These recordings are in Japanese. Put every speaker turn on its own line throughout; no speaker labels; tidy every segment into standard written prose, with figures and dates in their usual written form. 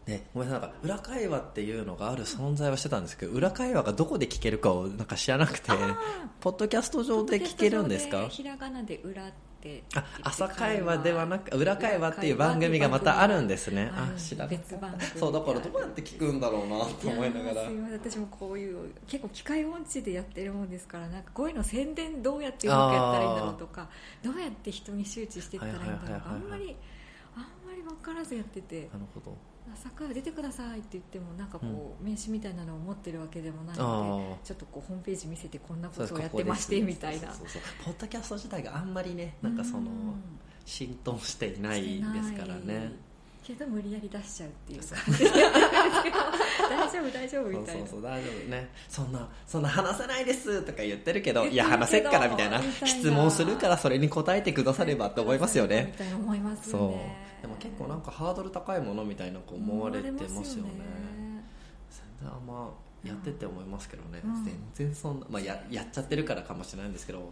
ね、ごめんなさい、なんか裏会話っていうのがある存在はしてたんですけど、裏会話がどこで聞けるかをなんか知らなくて、ポッドキャスト上で聞けるんですか？
ひらがなで裏って
朝会話ではなく裏会話っていう番組がまたあるんですね。知らなかった。
別番組。
そうだからどうやって聞くんだろうなと思いながら。
すいません、私もこういう結構機械音痴でやってるもんですから、なんかこういうの宣伝どうやってうまくやったらいいんだろうとか、どうやって人に周知していったらいいんだろうか、あんまり分からずやってて。なるほど。朝会話出てくださいって言ってもなんかこう、名刺みたいなのを持ってるわけでもないので、ちょっとこうホームページ見せてこんなことをやってましてみたいな。
そうポッドキャスト自体があんまりね、なんかその浸透していないですからね。
けど無理やり出しちゃうっていう感じで大丈夫大丈夫みたいな。
そう大丈夫ね、そんな話せないですとか言ってるけど、いや話せっからみたいな、質問するからそれに答えてくださればって思いますよね。
みたいな思いますよね。
でも結構なんかハードル高いものみたいな思われてますよね。全然あんまやってて思いますけどね、全然そんな、やっちゃってるからかもしれないんですけど、でも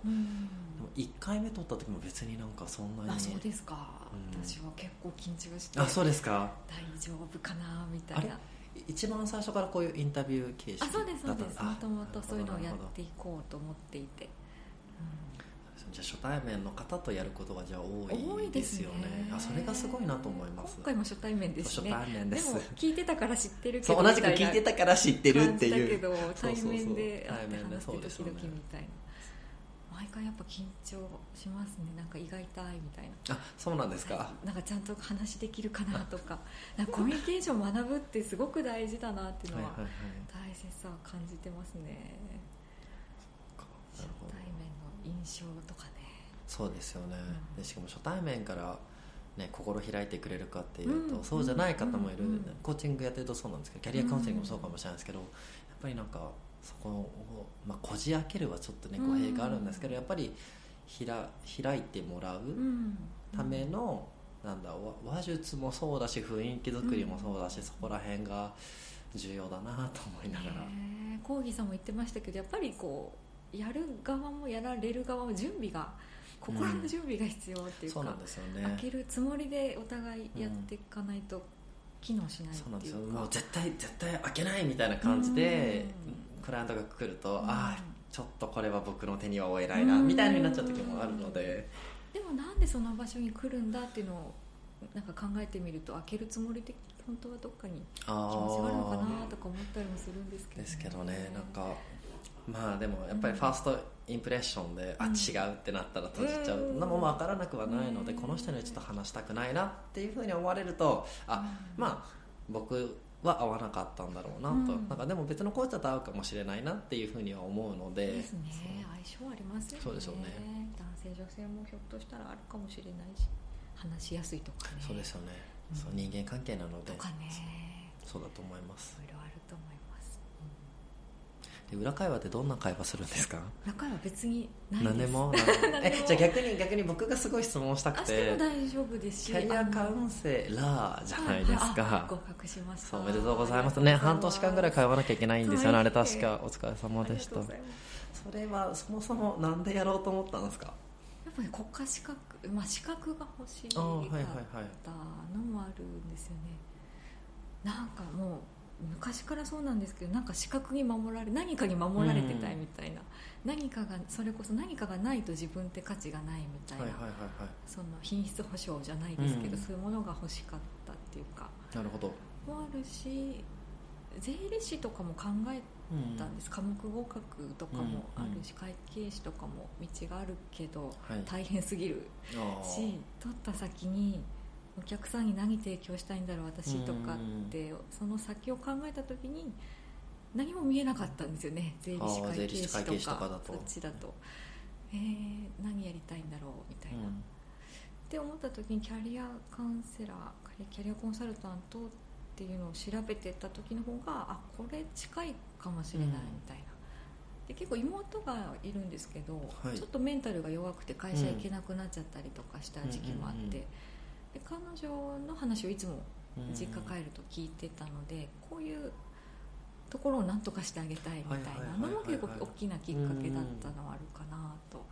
1回目撮った時も別になんかそんなに。
そうですか、私は結構緊張して。
そうですか。
大丈夫かなみたいな。
一番最初からこういうインタビュー形式だったんです。
そうです。もともとそういうのをやっていこうと思っていて。
じゃあ初対面の方とやることがじゃあ多いですよね。それがすごいなと思います。
今回も初対面ですね。
初対面です。
でも聞いてたから知ってるけど、
そう同じく聞いてたから知ってるっていう。
だけど対面で会って話してドキドキみたいな。毎回やっぱ緊張しますね。なんか胃が痛いみたいな。
そうなんですか。
なんかちゃんと話できるかなとか、なんかコミュニケーションを学ぶってすごく大事だなっていうのは大切さを感じてますね。初対面の印象とかね。
そうですよね。でしかも初対面からね、心開いてくれるかっていうと、そうじゃない方もいる。コーチングやってるとそうなんですけど、キャリアカウンセリングもそうかもしれないですけど、やっぱりなんかそこを、こじ開けるはちょっとね語弊があるんですけど、やっぱり開いてもらうための、話術もそうだし雰囲気作りもそうだし、そこら辺が重要だなと思いながら。
コーギーさんも言ってましたけど、やっぱりこうやる側もやられる側も心の準備が必要っていうか、
そうなんですよね。
開けるつもりでお互いやっていかないと機能しないっていうか。
そうなんですよ。もう絶対開けないみたいな感じでクライアントが来ると、ちょっとこれは僕の手には負えないなみたいになっちゃう時もあるので、
でもなんでその場所に来るんだっていうのをなんか考えてみると、開けるつもりで本当はどっかに気持ちがあるのかなとか思ったりもするんですけどね。
ですけどね、なんかでもやっぱりファーストインプレッションで、違うってなったら閉じちゃうのも分からなくはないので、この人にはちょっと話したくないなっていうふうに思われると、僕は合わなかったんだろうなと、なんかでも別のコーチだと合うかもしれないなっていうふうには思うので。
ですね、相性ありますよね。
そうですよね。
男性女性もひょっとしたらあるかもしれないし、話しやすいとかね。
そうですよね、そう人間関係なので
とかね、
そうだと思います。
いろいろあると思います。
で裏会話ってどんな会話するんですか？
裏会話別にないです。
何でもじゃあ逆に僕がすごい質問したくて。
しても大丈夫ですし、
キャリアカウンセラーじゃないですか。
合格しました。
おめでとうございますね。半年間ぐらい通わなきゃいけないんですよね、あれ確か。お疲れ様でした。それはそもそもなんでやろうと思ったんですか？
やっぱり国家資格、資格が欲しかったのもあるんですよね。なんかもう昔からそうなんですけど、なんか資格に何かに守られてたいみたいな、それこそ何かがないと自分って価値がないみたいな、その品質保証じゃないですけど、そういうものが欲しかったっていうか。
なるほど。
もあるし、税理士とかも考えたんです。科目合格とかもあるし、会計士とかも道があるけど、大変すぎるし、取った先にお客さんに何提供したいんだろう私とかって、その先を考えた時に何も見えなかったんですよね。税理士会計士とかそっちだと、何やりたいんだろうみたいな、って思った時にキャリアカウンセラー、キャリアコンサルタントっていうのを調べてた時の方が、これ近いかもしれないみたいな。で結構妹がいるんですけど、ちょっとメンタルが弱くて会社行けなくなっちゃったりとかした時期もあって、で彼女の話をいつも実家帰ると聞いてたので、こういうところを何とかしてあげたいみたいなのも結構大きなきっかけだったのはあるかなと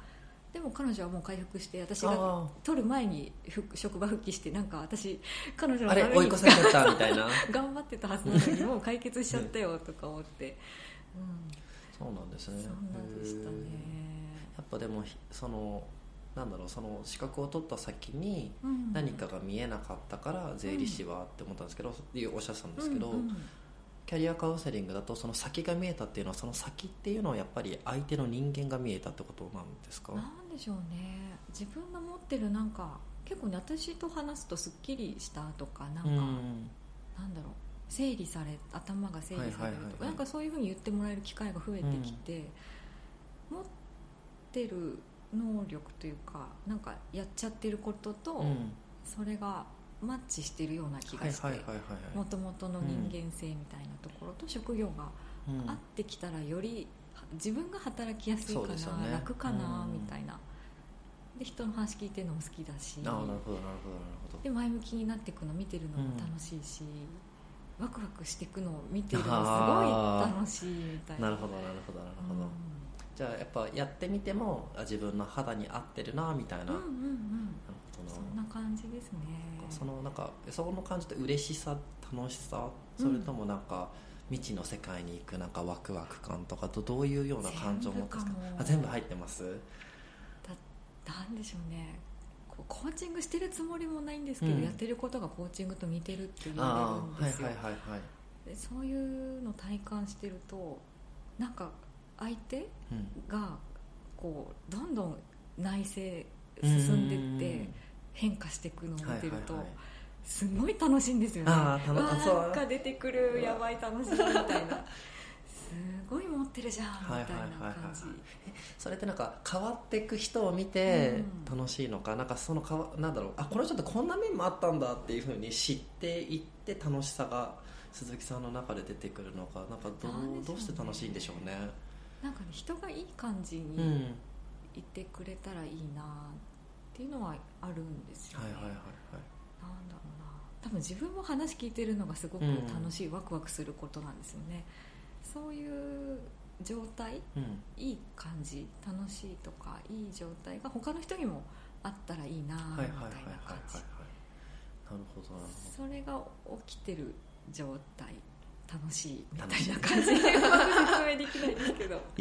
でも彼女はもう回復して、私が取る前に職場復帰して、なんか私彼女のために
追い越されちゃったみたいな
頑張ってたはずなのにもう解決しちゃったよとか思って、
そうなんですね。
そんなんでしたね。
やっぱでもその資格を取った先に何かが見えなかったから税理士はって思ったんですけど、おっしゃってたんですけど、キャリアカウンセリングだとその先が見えたっていうのは、その先っていうのはやっぱり相手の人間が見えたってことなんですか？
なんでしょうね、自分が持ってるなんか結構ね、私と話すとすっきりしたとか、なんか、なんだろう、整理され頭が整理されるとか、なんかそういうふうに言ってもらえる機会が増えてきて、持ってる能力というか、なんかやっちゃってることと、それがマッチしてるような気がして、もともとの人間性みたいなところと職業が合ってきたら、より自分が働きやすいかな、ね、楽かな、みたいな。で人の話聞いてるのも好きだし、で前向きになっていくの見てるのも楽しいし、ワクワクしていくのを見てるのすごい楽しいみたいな。
なるほど。じゃあやっぱやってみても自分の肌に合ってるなみたいな、なるほどな。
そんな感じですね。
その感じって嬉しさ、楽しさ、それともなんか未知の世界に行くなんかワクワク感とかと、どういうような感情を持ってますか？全部入ってます。
なんでしょうね、コーチングしてるつもりもないんですけど、やってることがコーチングと似てるって言われるんですよ。でそういうの体感してると、なんか相手がこうどんどん内省進んでって変化していくのを見てると、すごい楽しいんですよね。なんか出てくるやばい楽しいみたいなすごい持ってるじゃんみたいな感じ。
それってなんか変わっていく人を見て楽しいのか、なんかそのなんだろう、これちょっとこんな面もあったんだっていう風に知っていって楽しさが鈴木さんの中で出てくるのか、なんかどうして楽しいんでしょうね。
なんかね、人がいい感じにいてくれたらいいなっていうのはあるんですよね。なんだろうな、多分自分も話聞いてるのがすごく楽しい、ワクワクすることなんですよね。そういう状態、いい感じ、楽しいとかいい状態が他の人にもあったらいいなみたいな感じ。な
るほど。
それが起きてる状態、楽しいみたいな感じでうまく説明できないんですけどなる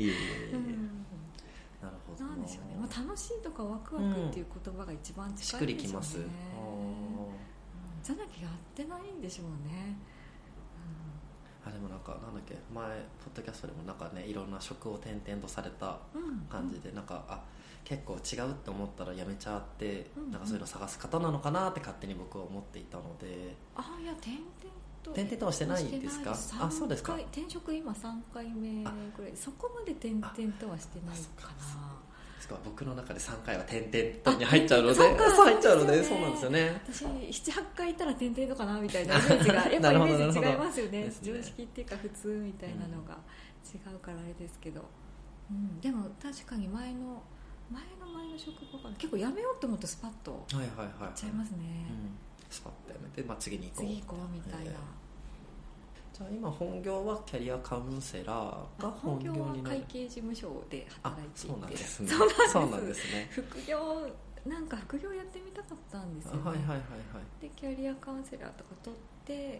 ほど。なんでしょうね、楽しいとかワクワクっていう言葉が一番近いんでしょうね。じゃなきゃやってないんでしょうね。
でもなんだっけ、前ポッドキャストでもなんかね、いろんな職を転々とされた感じで、なんか結構違うって思ったらやめちゃって、なんかそういうの探す方なのかなって勝手に僕は思っていたので。いや転々とはしてないですか？そうですか。
転職今3回目ぐらい、そこまで転々とはしてないかな。
僕の中で3回は転々とに入っちゃうので、そうなんですよね。
私 7,8 回いたら転々とかなみたいなイメージがやっぱイメージ違いますよね。常識っていうか普通みたいなのが違うからあれですけど、でも確かに前の職場が結構やめようと思うとスパッといっちゃいますね。
スパッとやめて、次に行こう
みたいな。
じゃあ今本業はキャリアカウンセラーが本業になる。
本業は会計事務所で働いていて。
そうなんですね。
そうなんですね。副業やってみたかったんですよね。でキャリアカウンセラーとか取って、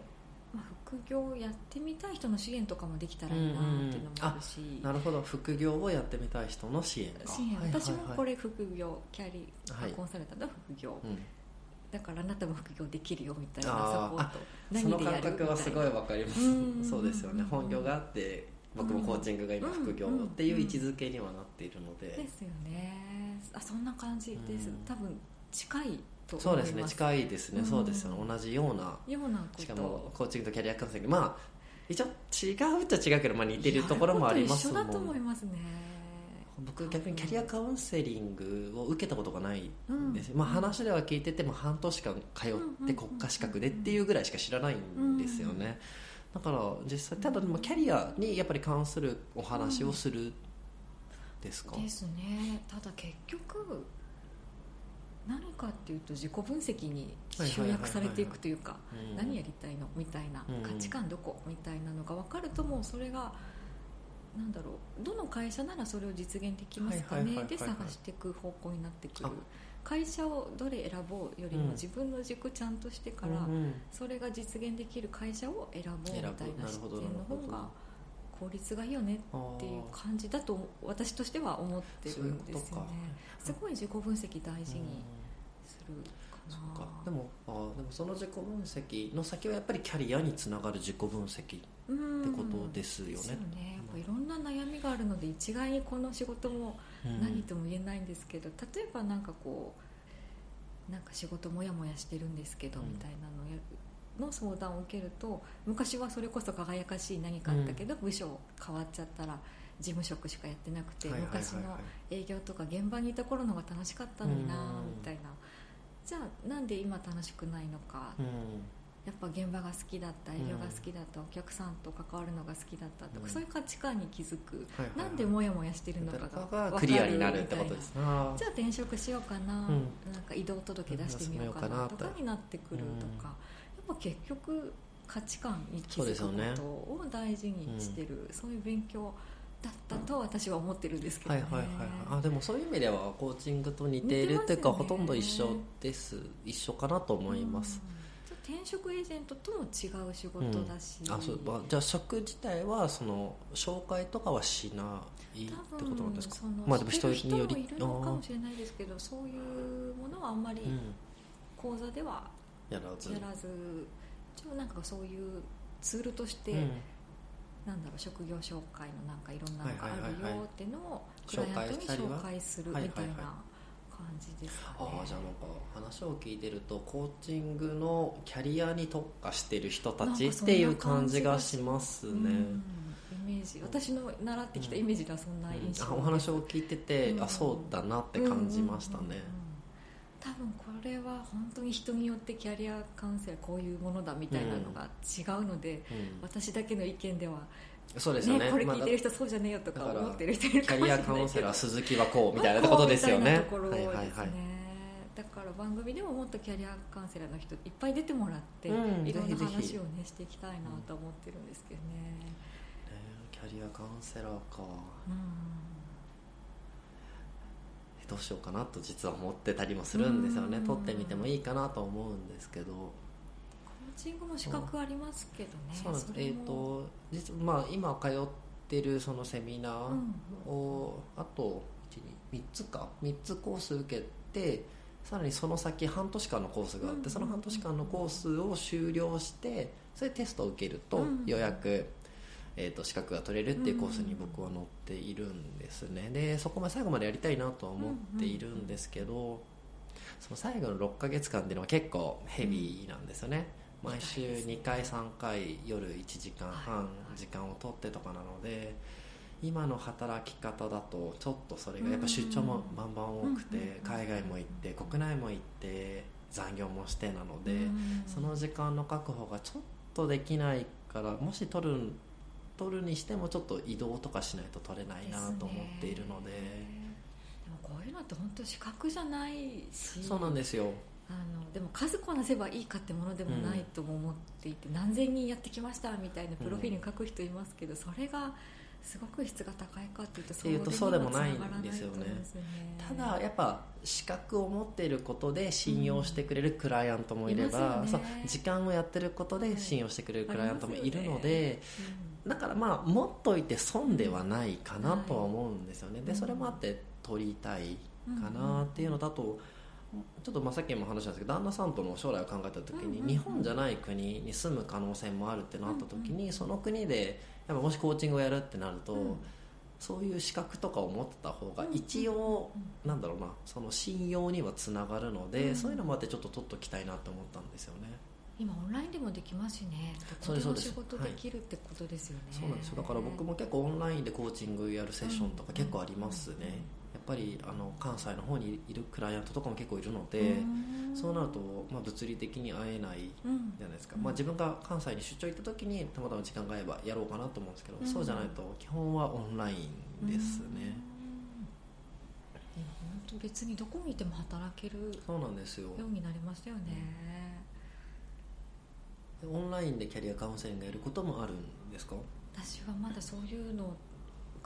副業やってみたい人の支援とかもできたらいいなっていうのもあるし。
なるほど、副業をやってみたい人の支援。
私もこれ副業、キャリアコンサルタントの副業。だからあなたも副業できるよみたいなサポート、
その感覚はすごいわかります。そうですよね。本業があって僕もコーチングが今副業っていう位置づけにはなっているので。
ですよね。そんな感じです。多分近いと思います。
そうですね、近いですね。そうですよね。同じような
こと。
しかもコーチングとキャリアカウンセリング、一応違うっちゃ違うけど、似てるところもありますもん。
一緒だと思いますね。
僕逆にキャリアカウンセリングを受けたことがないんですよ。話では聞いてても半年間通って国家資格でっていうぐらいしか知らないんですよね。だから実際ただキャリアにやっぱり関するお話をするですか？
ですね。ただ結局何かっていうと自己分析に集約されていくというか、何やりたいのみたいな、価値観どこみたいなのが分かると、もうそれがなんだろう、どの会社ならそれを実現できますかねで探していく方向になってくる。会社をどれ選ぼうよりも自分の軸ちゃんとしてから、それが実現できる会社を選ぼうみたいな視点の方が効率がいいよねっていう感じだと私としては思ってるんですよね。すごい自己分析大事にするかな。
そうか。でもその自己分析の先はやっぱりキャリアにつながる自己分析ってことですよね。
ですよね。やっぱいろんな悩みがあるので一概にこの仕事も何とも言えないんですけど、例えばなんか仕事もやもやしてるんですけどみたいなの相談を受けると、昔はそれこそ輝かしい何かあったけど、部署変わっちゃったら事務職しかやってなくて、昔の営業とか現場にいた頃のが楽しかったのになみたいな。じゃあなんで今楽しくないのか、やっぱ現場が好きだった、営業が好きだった、お客さんと関わるのが好きだったとか、そういう価値観に気づく、なんでモヤモヤしてるのかが分かる
クリアになるってことです。
じゃあ転職しようかな、なんか移動届出してみようかなとかになってくるとか、やっぱ結局価値観に気づくことを大事にしてる、そういう勉強だったと私は思ってるんですけどね。
でもそういう意味ではコーチングと似ているっていうか、ほとんど一緒かなと思います。
転職エージェントとも違う仕事だし、
じゃあ職自体はその紹介とかはしないってことなんですか。
でも人によりいるのかもしれないですけど、そういうものはあんまり講座ではやらず、一応なんかそういうツールとして、なんだろう、職業紹介のなんかいろんなのがあるよっていうのをクライアントに紹介するみたいな感じですかね。
じゃあなんか話を聞いてると、コーチングのキャリアに特化している人たちっていう感じがしますね。
イメージ、私の習ってきたイメージではそんな印象、
お話を聞いてて、そうだなって感じましたね。
多分これは本当に人によってキャリアカウンセラーこういうものだみたいなのが違うので、私だけの意見では
そうですよね。
これ聞いてる人そうじゃねえよとか思ってる人いるかもしれないけど、
キャリアカウンセラー鈴木はこうみたいなことですよね。
ところですね。だから番組でももっとキャリアカウンセラーの人いっぱい出てもらって、いろんな話をねしていきたいなと思ってるんですけどね。
キャリアカウンセラーか。どうしようかなと実は思ってたりもするんですよね。取ってみてもいいかなと思うんですけど。
コーチングも資格ありますけどね。
そうなんです。実は今通ってるそのセミナーを、あと3つコース受けて、さらにその先半年間のコースがあって、その半年間のコースを修了して、それでテストを受けるとようやく資格が取れるっていうコースに僕は載っているんですね。でそこまで最後までやりたいなとは思っているんですけど、その最後の6ヶ月間っていうのは結構ヘビーなんですよね。毎週2回3回夜1時間半時間を取ってとかなので、今の働き方だとちょっとそれがやっぱ出張もバンバン多くて、海外も行って国内も行って残業もしてなので、その時間の確保がちょっとできないから、もし取るにしてもちょっと移動とかしないと取れないなと思っているので。
でもこういうのって本当資格じゃないし、
そうなんですよ。
でも数こなせばいいかってものでもないとも思っていて、何千人やってきましたみたいなプロフィールに書く人いますけど、それがすごく質が高いかっていうと
そうでもないんですよね。ただやっぱ資格を持っていることで信用してくれるクライアントもいれば、時間をやってることで信用してくれるクライアントもいるので、だから持っといて損ではないかなとは思うんですよね。でそれもあって取りたいかなっていうのだと、ちょっとさっきも話したんですけど、旦那さんとの将来を考えた時に、日本じゃない国に住む可能性もあるってなった時に、その国でやっぱもしコーチングをやるってなると、そういう資格とかを持ってた方が一応なんだろうな、その信用にはつながるので、そういうのもあってちょっと取っときたいなと思ったんですよね。
今オンラインでもできますしね。どこでも仕事できるってことですよね。
そうなんですよ。だから僕も結構オンラインでコーチングやるセッションとか結構ありますね。やっぱり関西の方にいるクライアントとかも結構いるので、そうなると、物理的に会えないじゃないですか。自分が関西に出張行った時にたまたま時間が合えばやろうかなと思うんですけど、そうじゃないと基本はオンラインですね。
本当別にどこにいても働ける
そうなんですよ。
ようになりましたよね。
オンラインでキャリアカウンセリングやることもあるんですか？
私はまだそういうの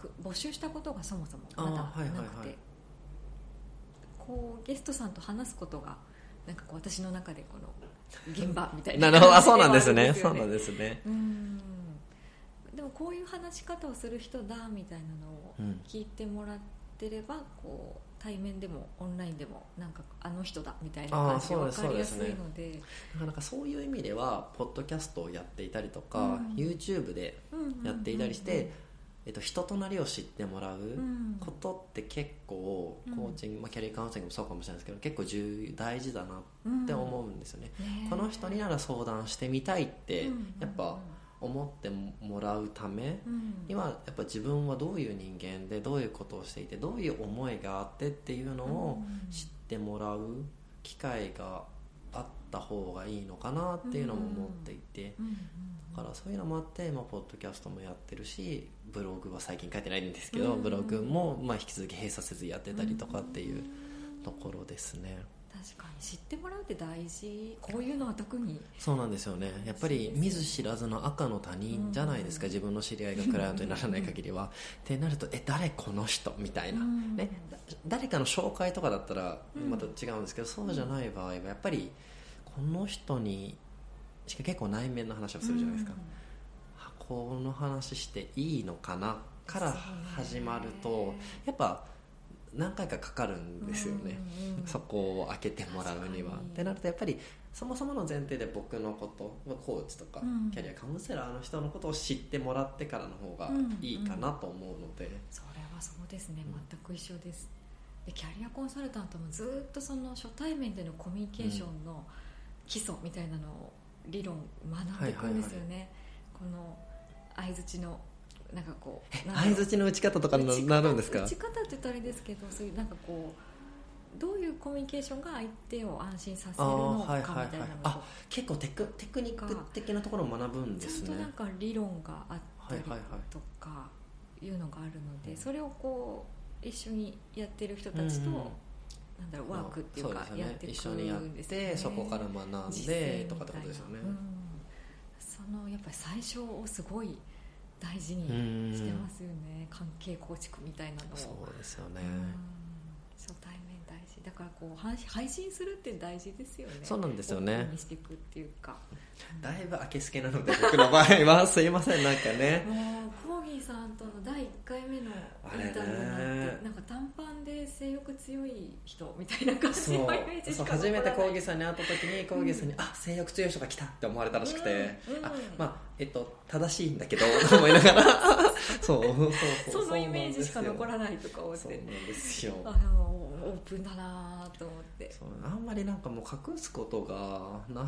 募集したことがそもそもまだなくて、はいはいはい、こうゲストさんと話すことがなんかこう私の中でこの現場みたいな
なるほど、そうなんですね。そうなんですね。
でもこういう話し方をする人だみたいなのを聞いてもらってれば、こう対面でもオンラインでもなんかあの人だみたいな感じで分かりやすいので、
なんかそういう意味ではポッドキャストをやっていたりとか、YouTube でやっていたりして、人となりを知ってもらうことって結構コーチング、キャリアカウンセリングもそうかもしれないですけど、結構大事だなって思うんですよね。この人になら相談してみたいってやっぱ思ってもらうためには、やっぱ自分はどういう人間でどういうことをしていてどういう思いがあってっていうのを知ってもらう機会があった方がいいのかなっていうのも思っていて、だからそういうのもあって今ポッドキャストもやってるし、ブログは最近書いてないんですけど、ブログも引き続き閉鎖せずやってたりとかっていうところですね。
確かに知ってもらうって大事。こういうのは特に
そうなんですよね。やっぱり見ず知らずの赤の他人じゃないですか、自分の知り合いがクライアントにならない限りはってなると、誰この人みたいな、ね、誰かの紹介とかだったらまた違うんですけど、そうじゃない場合はやっぱりこの人にしか結構内面の話をするじゃないですか、この話していいのかなから始まるとやっぱ何回かかかるんですよね、そこを開けてもらうには。ってなるとやっぱりそもそもの前提で僕のこと、コーチとかキャリアカウンセラーの人のことを知ってもらってからの方がいいかなと思うので、
それはそうですね、全く一緒です。でキャリアコンサルタントもずっとその初対面でのコミュニケーションの基礎みたいなのを理論学んでいくんですよね、この相槌のなんかこう
相槌の打ち方とかになるんですか？
打ち方って言ったらあれですけど、そういうなんかこうどういうコミュニケーションが相手を安心させるのかみたいなのを、
結構テクニック的なところを学ぶんですね。
ちゃんとなんか理論があったりとかいうのがあるので、それをこう一緒にやってる人たちと、なんだろう、ワークっていうかやっていくんですよね。
一緒にやってそこから学んでとかってことですよね。
そのやっぱり最初をすごい大事にしてますよね、関係構築みたいなのを。
そうですよね、
初対面大事だからこう配信するって大事ですよね。
そうなんですよね。
オープンにしていくっていうか、
だいぶ明けすけなので僕の場合はすいません、なんかね
もうコーギーさんとの第1回目のインタビューになって、なんか短パンで性欲強い人みたいな感じのイメージしか残らない。
初めてコーギーさんに会った時にコーギーさんに、性欲強い人が来たって思われたらしくて、正しいんだけどと思いながらそ
のイメージしか残らないとか思って、
そうなんですよ、
オープンだなと思って。
あんまりなんかもう隠すことがない、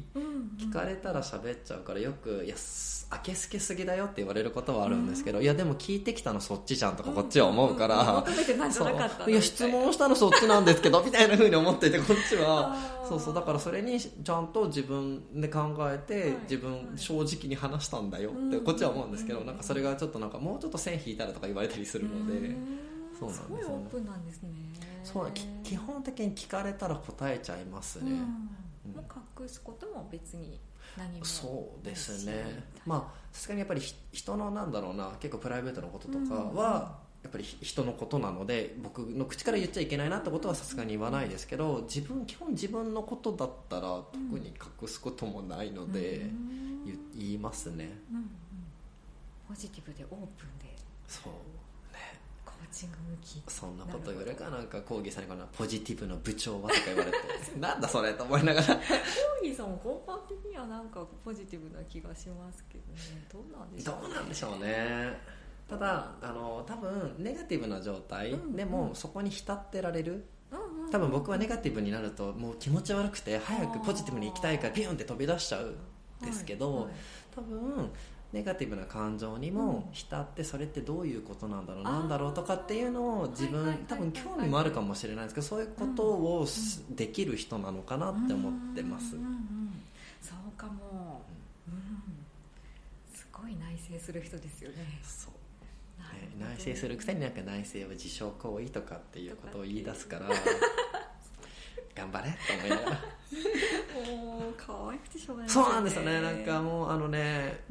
聞かれたら喋っちゃうから、よく明けすけすぎだよって言われることはあるんですけど、いやでも聞いてきたのそっちじゃんとかこっちは思うから、
求めてないんじゃなかったの、
いや質問したのそっちなんですけどみたいな風に思っていて、こっちはだからそれにちゃんと自分で考えて、自分正直に話したんだよってこっちは思うんですけど、なんかそれがちょっとなんかもうちょっと線引いたらとか言われたりするので、そうなんですよね。すごい
オープンなんですね。
そう、基本的に聞かれたら答えちゃいますね、
もう隠すことも別に何も。
そうですね、さすがにやっぱり人のなんだろうな、結構プライベートなこととかは、やっぱり人のことなので僕の口から言っちゃいけないなってことはさすがに言わないですけど、基本自分のことだったら特に隠すこともないので、言いますね、
ポジティブでオープンで。
そうね、
コーチング向き。
そんなこと言われるか、なんかコーギーさんにこのポジティブの部長はとか言われてなんだそれと思いながらコー
ギーさんも根本的にはなんかポジティブな気がしますけどね。どうなんでしょうね。
どうなんでしょうね。ただ多分ネガティブな状態でもそこに浸ってられる、多分僕はネガティブになるともう気持ち悪くて早くポジティブに行きたいからピュンって飛び出しちゃうんですけど、多分ネガティブな感情にも浸って、それってどういうことなんだろう、なんだろうとかっていうのを自分多分興味もあるかもしれないですけど、そういうことをできる人なのかなって思ってます。
そうかも、すごい内省する人ですよね。
そう内省するくせになんか内省は自傷行為とかっていうことを言い出すから頑張れと思いながら
もう可愛くてしょうがない、
そうなんですよね。なんかもう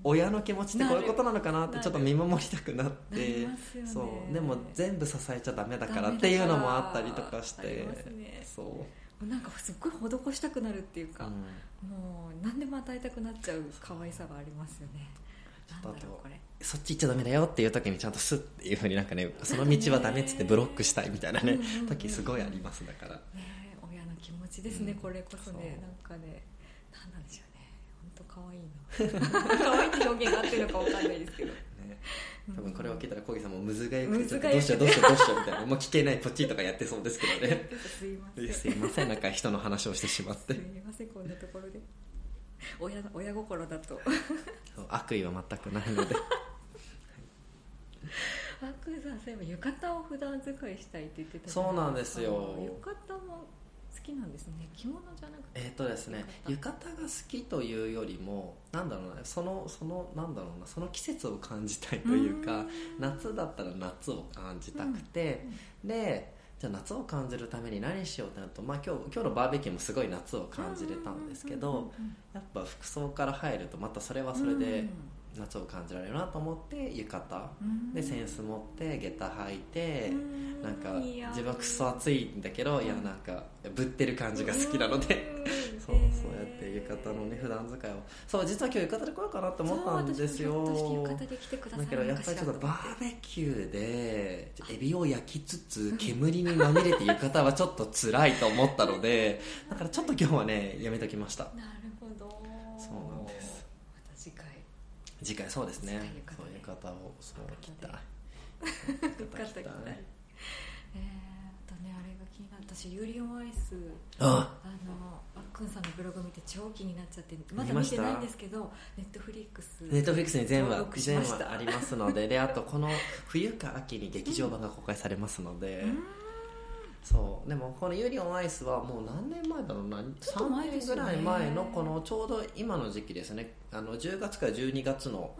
親の気持ちってこういうことなのかなってちょっと見守りたくなって、そうでも全部支えちゃダメだからっていうのもあったりとかして、
そうなんかすっごい施したくなるっていうか、もう何でも与えたくなっちゃう可愛さがありますよね。なんだろうこれ、
そっち行っちゃダメだよっていう時にちゃんとスッっていう風になんかね、その道はダメっつってブロックしたいみたいなね時すごいあります。だから
ね、親の気持ちですね、これこそね。なんかね、なんなんでしょうね、本当可愛いな可愛いって表現が合ってるのか分かんないですけど、
多分これを聞いたらコギさんもむずがゆくてちょっとどうしようみたいな、もう聞けないポチとかやってそうですけどねすいませんなんか人の話をしてしまって
すいません、こんなところで親心だと
悪意は全くないので
ワークさん、そういえば浴衣を普段使いしたいって言ってた。
そうなんですよ。
浴衣も好きなんですね。着物じゃなくて。
ですね、浴衣が好きというよりも、なんだろうな、そのなんだろうな、その季節を感じたいというか、夏だったら夏を感じたくて、でじゃあ夏を感じるために何しようってなると、今日のバーベキューもすごい夏を感じれたんですけど、やっぱ服装から入るとまたそれはそれで夏を感じられるなと思って浴衣でセンス持って下駄履いて、なんか自分はクソ暑いんだけど、いやなんかぶってる感じが好きなのでそうやって浴衣のね普段使いを、そう実は今日浴衣で来ようかなと思ったんですよ。だけどやっぱりちょっとバーベキューでエビを焼きつつ煙にまみれて浴衣はちょっと辛いと思ったのでだからちょっと今日はねやめときました。
なるほど、
そうなんです。
また次回
そうですね、そういう方をそう着たい
あとね、あれが気になった。私ユーリオンアイス、あっくんさんのブログ見て超気になっちゃって、まだ見てないんですけど、ネットフリックス
に全話ありますので、であとこの冬か秋に劇場版が公開されますので、そうでもこのユーリオンアイスはもう何年前だろうな、3年ぐらい前のこのちょうど今の時期ですね、10月から12月の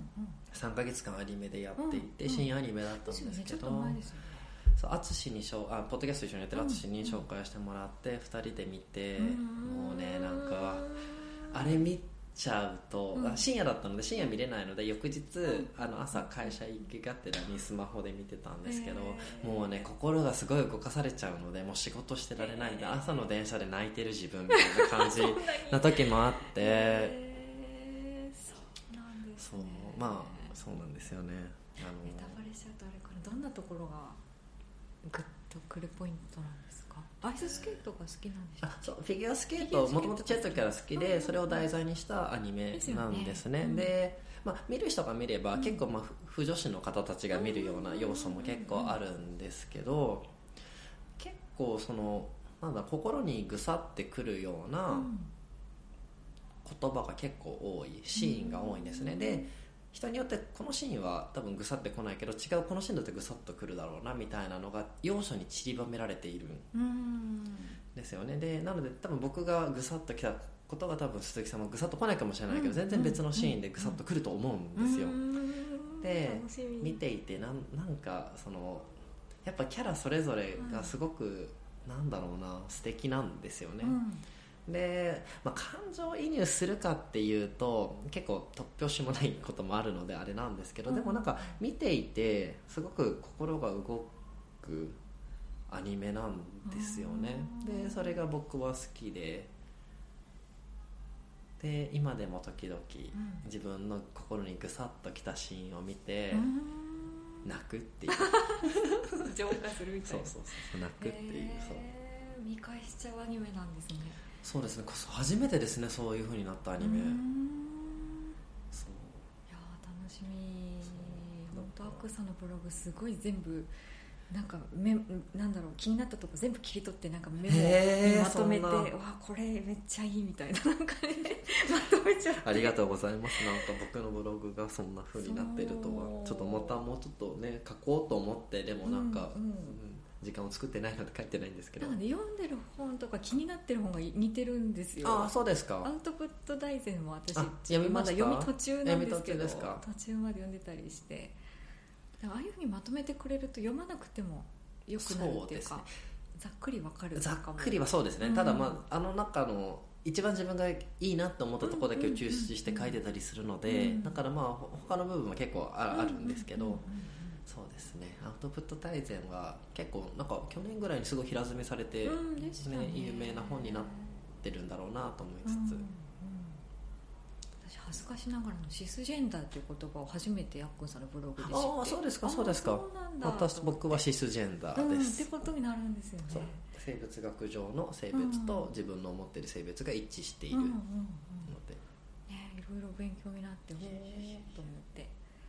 3ヶ月間アニメでやっていて、新アニメだったんですけど、そう淳にポッドキャスト一緒にやってる淳に紹介してもらって2人で見て、もうねなんかあれ見ちゃうと、深夜だったので深夜見れないので翌日朝会社行きがてらにスマホで見てたんですけど、もうね心がすごい動かされちゃうのでもう仕事してられないんで、朝の電車で泣いてる自分みたいな感じな時もあって
そうなんですね。
そうまあそうなんですよね。
ネタバレしちゃうとあれかな、どんなところがグッとくるポイントなんですか？アイススケートが好きなんですか？
そうフィギュアスケートもともとちっちゃい時から好きで、それを題材にしたアニメなんですね。で、見る人が見れば結構腐女子の方たちが見るような要素も結構あるんですけど、結構その心にぐさってくるような言葉が結構多いシーンが多いんですね。で人によってこのシーンは多分ぐさってこないけど違うこのシーンだってぐさっとくるだろうなみたいなのが要所に散りばめられているんですよね。でなので多分僕がぐさっときたことが多分鈴木さんもぐさっと来ないかもしれないけど、全然別のシーンでぐさっとくると思うんですよ。で見ていてなんかそのやっぱキャラそれぞれがすごく素敵なんですよね。で感情移入するかっていうと結構突拍子もないこともあるのであれなんですけど、でもなんか見ていてすごく心が動くアニメなんですよね。でそれが僕は好きで今でも時々自分の心にぐさっときたシーンを見て泣くっていう
浄化するみたいな、
そう泣くっていう、
見返しちゃうアニメなんですね。
そうですね、初めてですね、そういう風になったアニメ。そう
いや楽しみ。本当アックさんのブログすごい全部気になったとこ全部切り取ってメモにまとめて、わこれめっちゃいいみたいなまとめちゃって
ありがとうございます。僕のブログがそんな風になってるとはちょっともうちょっとね書こうと思って、でも時間を作ってないので書いてないんですけど、
なので読んでる本とか気になってる本が似てるんですよ。
ああそうですか。
アウトプット大全も私
まだ
読み途中なんですけど、
途
中まで読んでたりして、ああいうふうにまとめてくれると読まなくてもよくなるっていうか、ざっくりわかる。
ざっくりはそうですね、ただあの中の一番自分がいいなと思ったところだけを抽出して書いてたりするので、だからまあ他の部分は結構あるんですけど、そうですね、アウトプット大全は結構なんか去年ぐらいにすごい平積みされて、有名な本になってるんだろうなと思いつつ、
私恥ずかしながらのシスジェンダーという言葉を初めてやっくんさんのブログで知って、
ああそうですかそうですか、僕はシスジェンダーです、
ってことになるんですよね。
生物学上の性別と自分の思っている性別が一致しているので、
いろいろ勉強になってほーと思って、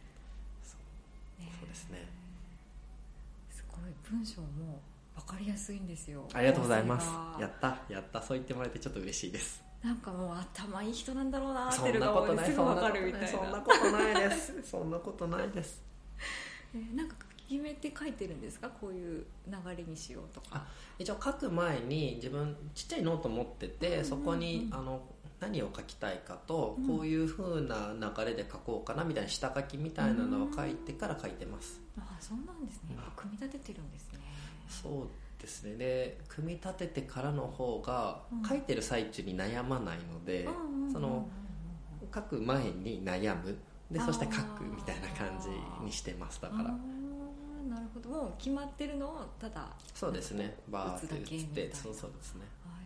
そうですね、
すごい文章も分かりやすいんですよ。
ありがとうございます。やったそう言ってもらえてちょっと嬉しいです。
なんかもう頭いい人なんだろうなっていうのがすぐ分かるみたいな。
そんなことないですそんなことないです
なんか決めて書いてるんですか、こういう流れにしようとか。
一応書く前に自分ちっちゃいノート持ってて、そこに何を書きたいかと、こういう風な流れで書こうかなみたいな下書きみたいなのを書いてから書いてます。
そうなんですね、組み立ててるんですね。
そうですね、で組み立ててからの方が書いてる最中に悩まないので、その書く前に悩むで、そして書くみたいな感じにしてます。だから
なるほど、もう決まってるのをただ
そうですね、バーって打って、そうですね。